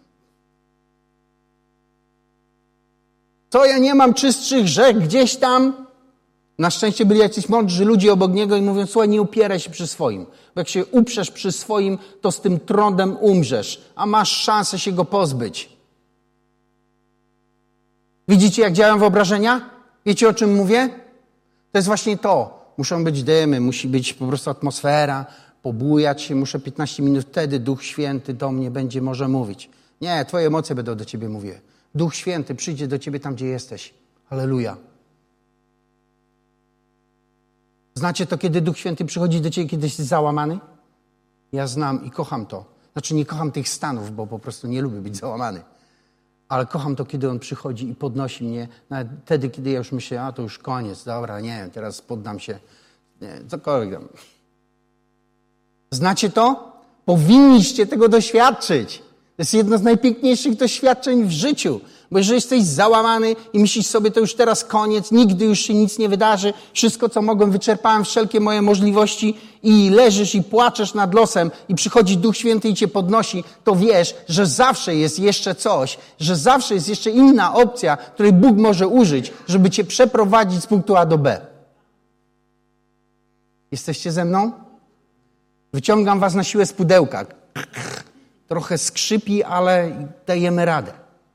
Co, ja nie mam czystszych rzek gdzieś tam? Na szczęście byli jacyś mądrzy ludzie obok niego i mówią, słuchaj, nie upieraj się przy swoim. Bo jak się uprzesz przy swoim, to z tym trądem umrzesz, a masz szansę się go pozbyć. Widzicie, jak działają wyobrażenia? Wiecie, o czym mówię? To jest właśnie to. Muszą być dymy, musi być po prostu atmosfera, pobujać się, muszę piętnaście minut, wtedy Duch Święty do mnie będzie może mówić. Nie, twoje emocje będą do ciebie mówiły. Duch Święty przyjdzie do ciebie tam, gdzie jesteś. Halleluja. Znacie to, kiedy Duch Święty przychodzi do ciebie, kiedy jesteś załamany? Ja znam i kocham to. Znaczy nie kocham tych stanów, bo po prostu nie lubię być załamany. Ale kocham to, kiedy On przychodzi i podnosi mnie. Nawet wtedy, kiedy ja już myślę, a to już koniec, dobra, nie wiem, teraz poddam się. Nie, cokolwiek tam. Znacie to? Powinniście tego doświadczyć. To jest jedno z najpiękniejszych doświadczeń w życiu. Bo jeżeli jesteś załamany i myślisz sobie, to już teraz koniec, nigdy już się nic nie wydarzy, wszystko, co mogłem, wyczerpałem, wszelkie moje możliwości i leżysz i płaczesz nad losem i przychodzi Duch Święty i cię podnosi, to wiesz, że zawsze jest jeszcze coś, że zawsze jest jeszcze inna opcja, której Bóg może użyć, żeby cię przeprowadzić z punktu A do B. Jesteście ze mną? Wyciągam was na siłę z pudełka. Trochę skrzypi, ale dajemy radę.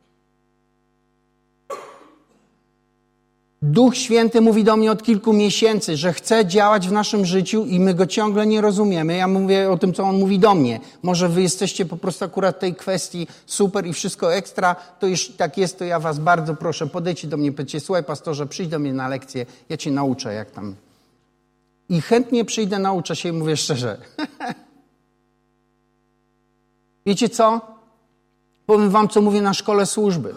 Duch Święty mówi do mnie od kilku miesięcy, że chce działać w naszym życiu i my go ciągle nie rozumiemy. Ja mówię o tym, co on mówi do mnie. Może wy jesteście po prostu akurat w tej kwestii super i wszystko ekstra, to jeśli tak jest, to ja was bardzo proszę, podejdźcie do mnie, powiedzcie, słuchaj pastorze, przyjdź do mnie na lekcję, ja cię nauczę, jak tam. I chętnie przyjdę, nauczę się i mówię szczerze. Wiecie co? Powiem wam, co mówię na szkole służby.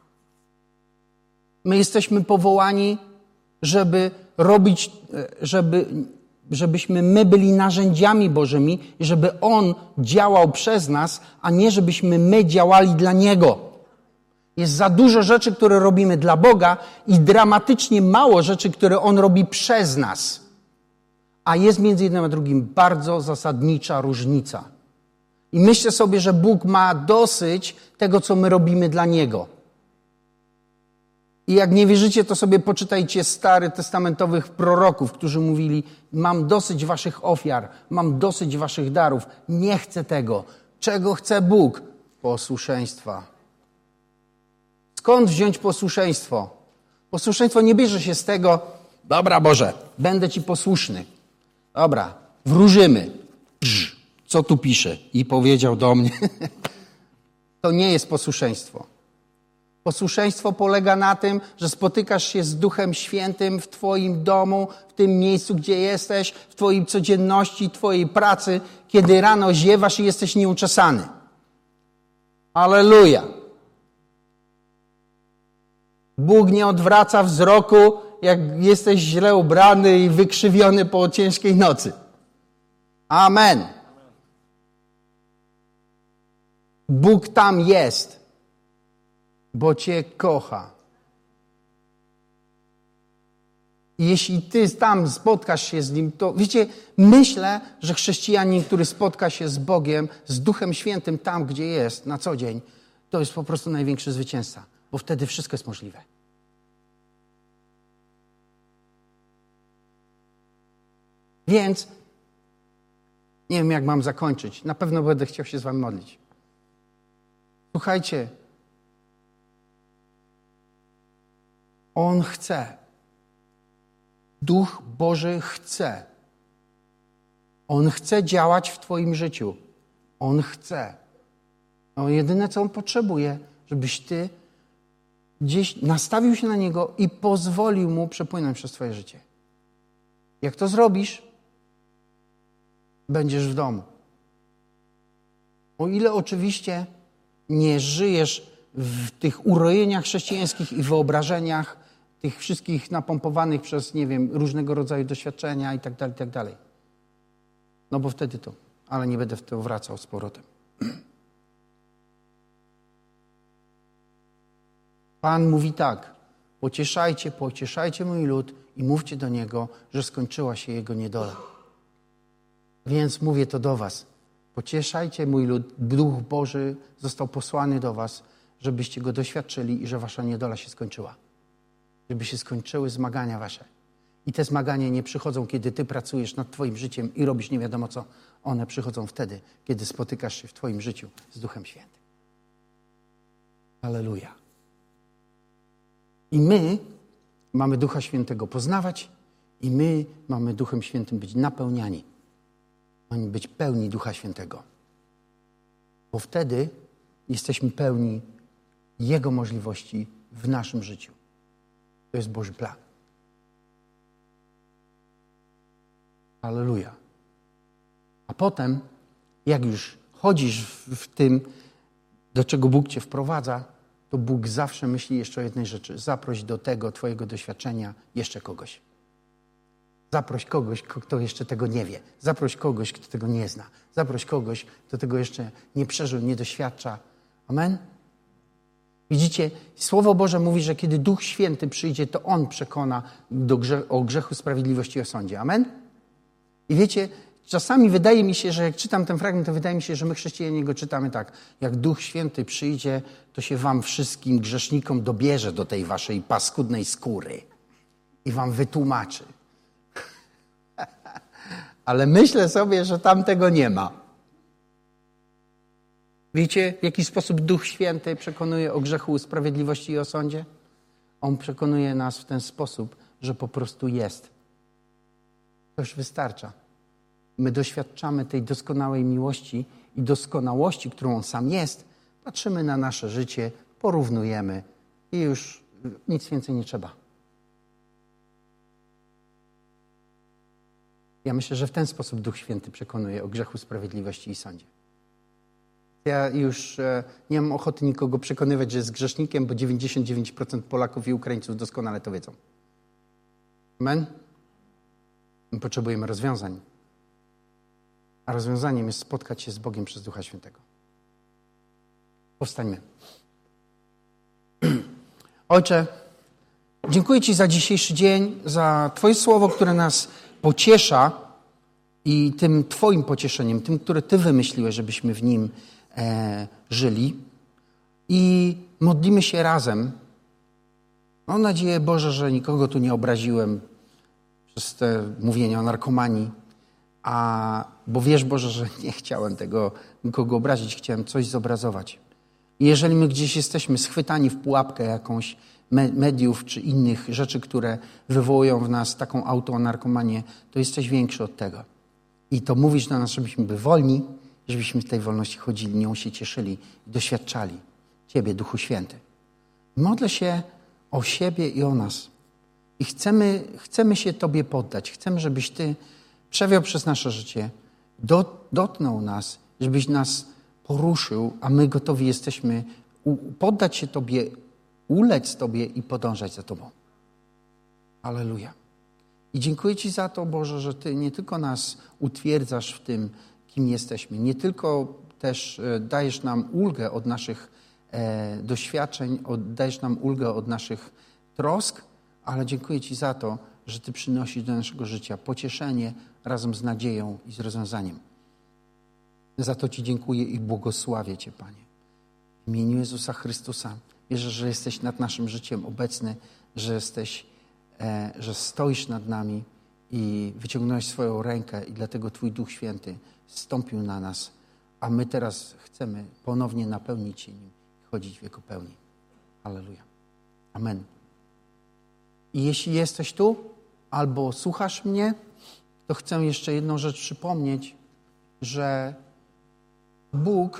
My jesteśmy powołani, żeby robić, żeby, żebyśmy my byli narzędziami Bożymi i żeby On działał przez nas, a nie żebyśmy my działali dla Niego. Jest za dużo rzeczy, które robimy dla Boga i dramatycznie mało rzeczy, które On robi przez nas. A jest między jednym a drugim bardzo zasadnicza różnica. I myślę sobie, że Bóg ma dosyć tego, co my robimy dla Niego. I jak nie wierzycie, to sobie poczytajcie starytestamentowych proroków, którzy mówili, mam dosyć waszych ofiar, mam dosyć waszych darów, nie chcę tego. Czego chce Bóg? Posłuszeństwa. Skąd wziąć posłuszeństwo? Posłuszeństwo nie bierze się z tego, Dobra, Boże, będę Ci posłuszny. Dobra, wróżymy. Psz, co tu pisze? I powiedział do mnie. To nie jest posłuszeństwo. Posłuszeństwo polega na tym, że spotykasz się z Duchem Świętym w Twoim domu, w tym miejscu, gdzie jesteś, w Twojej codzienności, Twojej pracy, kiedy rano ziewasz i jesteś nieuczesany. Alleluja. Bóg nie odwraca wzroku, jak jesteś źle ubrany i wykrzywiony po ciężkiej nocy. Amen. Bóg tam jest, bo Cię kocha. I jeśli Ty tam spotkasz się z Nim, to wiecie, myślę, że chrześcijanin, który spotka się z Bogiem, z Duchem Świętym tam, gdzie jest na co dzień, to jest po prostu największy zwycięzca, bo wtedy wszystko jest możliwe. Więc nie wiem, jak mam zakończyć. Na pewno będę chciał się z Wami modlić. Słuchajcie, On chce. Duch Boży chce. On chce działać w Twoim życiu. On chce. No, jedyne, co On potrzebuje, żebyś Ty gdzieś nastawił się na Niego i pozwolił Mu przepłynąć przez Twoje życie. Jak to zrobisz, będziesz w domu. O ile oczywiście nie żyjesz w tych urojeniach chrześcijańskich i wyobrażeniach, tych wszystkich napompowanych przez, nie wiem, różnego rodzaju doświadczenia i tak dalej, i tak dalej. No bo wtedy to, ale nie będę w to wracał z powrotem. Pan mówi tak, pocieszajcie, pocieszajcie mój lud i mówcie do niego, że skończyła się jego niedola. Więc mówię to do was. Pocieszajcie mój lud, Duch Boży został posłany do was, żebyście go doświadczyli i że wasza niedola się skończyła. Żeby się skończyły zmagania wasze. I te zmagania nie przychodzą, kiedy ty pracujesz nad twoim życiem i robisz nie wiadomo co. One przychodzą wtedy, kiedy spotykasz się w twoim życiu z Duchem Świętym. Halleluja. I my mamy Ducha Świętego poznawać i my mamy Duchem Świętym być napełniani. Mamy być pełni Ducha Świętego. Bo wtedy jesteśmy pełni Jego możliwości w naszym życiu. To jest Boży plan. Halleluja. A potem, jak już chodzisz w, w tym, do czego Bóg cię wprowadza, to Bóg zawsze myśli jeszcze o jednej rzeczy. Zaproś do tego twojego doświadczenia jeszcze kogoś. Zaproś kogoś, kto jeszcze tego nie wie. Zaproś kogoś, kto tego nie zna. Zaproś kogoś, kto tego jeszcze nie przeżył, nie doświadcza. Amen? Widzicie, Słowo Boże mówi, że kiedy Duch Święty przyjdzie, to On przekona do grze- o grzechu, sprawiedliwości i o sądzie. Amen? I wiecie, czasami wydaje mi się, że jak czytam ten fragment, to wydaje mi się, że my chrześcijanie go czytamy tak. Jak Duch Święty przyjdzie, to się wam wszystkim grzesznikom dobierze do tej waszej paskudnej skóry i wam wytłumaczy. Ale myślę sobie, że tam tego nie ma. Wiecie, w jaki sposób Duch Święty przekonuje o grzechu, sprawiedliwości i o sądzie? On przekonuje nas w ten sposób, że po prostu jest. To już wystarcza. My doświadczamy tej doskonałej miłości i doskonałości, którą On sam jest. Patrzymy na nasze życie, porównujemy i już nic więcej nie trzeba. Ja myślę, że w ten sposób Duch Święty przekonuje o grzechu, sprawiedliwości i sądzie. Ja już nie mam ochoty nikogo przekonywać, że jest grzesznikiem, bo dziewięćdziesiąt dziewięć procent Polaków i Ukraińców doskonale to wiedzą. Amen? My potrzebujemy rozwiązań. A rozwiązaniem jest spotkać się z Bogiem przez Ducha Świętego. Powstańmy. Ojcze, dziękuję Ci za dzisiejszy dzień, za Twoje słowo, które nas pociesza i tym Twoim pocieszeniem, tym, które Ty wymyśliłeś, żebyśmy w nim e, żyli. I modlimy się razem. Mam nadzieję, Boże, że nikogo tu nie obraziłem przez te mówienie o narkomanii, a, bo wiesz, Boże, że nie chciałem tego nikogo obrazić, chciałem coś zobrazować. I jeżeli my gdzieś jesteśmy schwytani w pułapkę jakąś, mediów czy innych rzeczy, które wywołują w nas taką autonarkomanię, to jesteś większy od tego. I to mówisz do nas, żebyśmy byli wolni, żebyśmy w tej wolności chodzili, nią się cieszyli i doświadczali Ciebie, Duchu Święty. Modlę się o siebie i o nas. I chcemy, chcemy się Tobie poddać. Chcemy, żebyś Ty przewiał przez nasze życie, do, dotknął nas, żebyś nas poruszył, a my gotowi jesteśmy u, poddać się Tobie, ulec Tobie i podążać za Tobą. Alleluja. I dziękuję Ci za to, Boże, że Ty nie tylko nas utwierdzasz w tym, kim jesteśmy, nie tylko też dajesz nam ulgę od naszych e, doświadczeń, od, dajesz nam ulgę od naszych trosk, ale dziękuję Ci za to, że Ty przynosisz do naszego życia pocieszenie razem z nadzieją i z rozwiązaniem. Za to Ci dziękuję i błogosławię Cię, Panie. W imieniu Jezusa Chrystusa wierzę, że jesteś nad naszym życiem obecny, że jesteś, e, że stoisz nad nami i wyciągnąłeś swoją rękę i dlatego Twój Duch Święty zstąpił na nas, a my teraz chcemy ponownie napełnić się nim i chodzić w Jego pełni. Halleluja. Amen. I jeśli jesteś tu albo słuchasz mnie, to chcę jeszcze jedną rzecz przypomnieć, że Bóg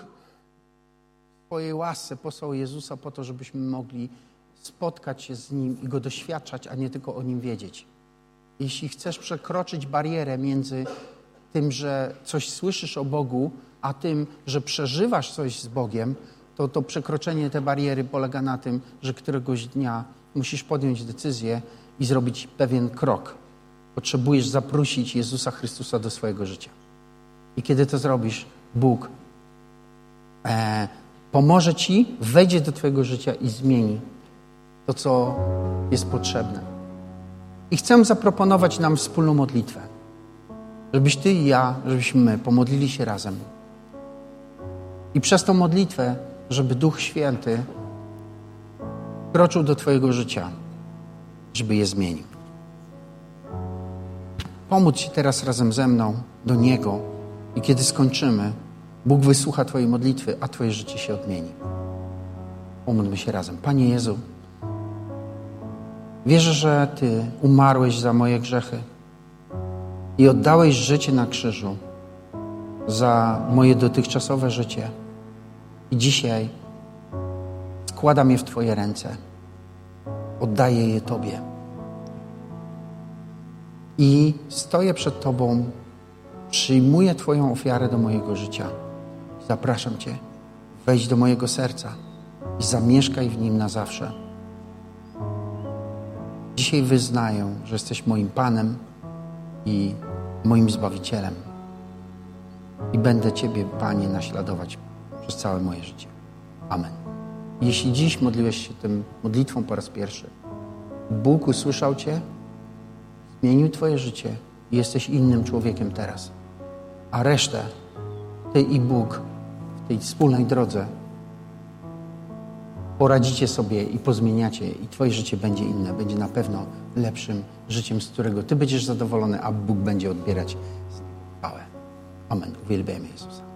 w swojej łasce posłał Jezusa po to, żebyśmy mogli spotkać się z Nim i Go doświadczać, a nie tylko o Nim wiedzieć. Jeśli chcesz przekroczyć barierę między tym, że coś słyszysz o Bogu, a tym, że przeżywasz coś z Bogiem, to to przekroczenie tej bariery polega na tym, że któregoś dnia musisz podjąć decyzję i zrobić pewien krok. Potrzebujesz zaprosić Jezusa Chrystusa do swojego życia. I kiedy to zrobisz, Bóg e, pomoże Ci, wejdzie do Twojego życia i zmieni to, co jest potrzebne. I chcę zaproponować nam wspólną modlitwę. Żebyś Ty i ja, żebyśmy my pomodlili się razem. I przez tą modlitwę, żeby Duch Święty wkroczył do Twojego życia, żeby je zmienił. Pomóc Ci teraz razem ze mną do Niego i kiedy skończymy, Bóg wysłucha Twojej modlitwy, a Twoje życie się odmieni. Pomódlmy się razem. Panie Jezu, wierzę, że Ty umarłeś za moje grzechy i oddałeś życie na krzyżu za moje dotychczasowe życie. I dzisiaj składam je w Twoje ręce. Oddaję je Tobie. I stoję przed Tobą, przyjmuję Twoją ofiarę do mojego życia. Zapraszam Cię, wejdź do mojego serca i zamieszkaj w nim na zawsze. Dzisiaj wyznaję, że jesteś moim Panem i moim Zbawicielem. I będę Ciebie, Panie, naśladować przez całe moje życie. Amen. Jeśli dziś modliłeś się tym modlitwą po raz pierwszy, Bóg usłyszał Cię, zmienił Twoje życie i jesteś innym człowiekiem teraz. A resztę Ty i Bóg w tej wspólnej drodze poradzicie sobie i pozmieniacie i Twoje życie będzie inne. Będzie na pewno lepszym życiem, z którego Ty będziesz zadowolony, a Bóg będzie odbierać z niego chwałę. Amen. Uwielbiamy Jezusa.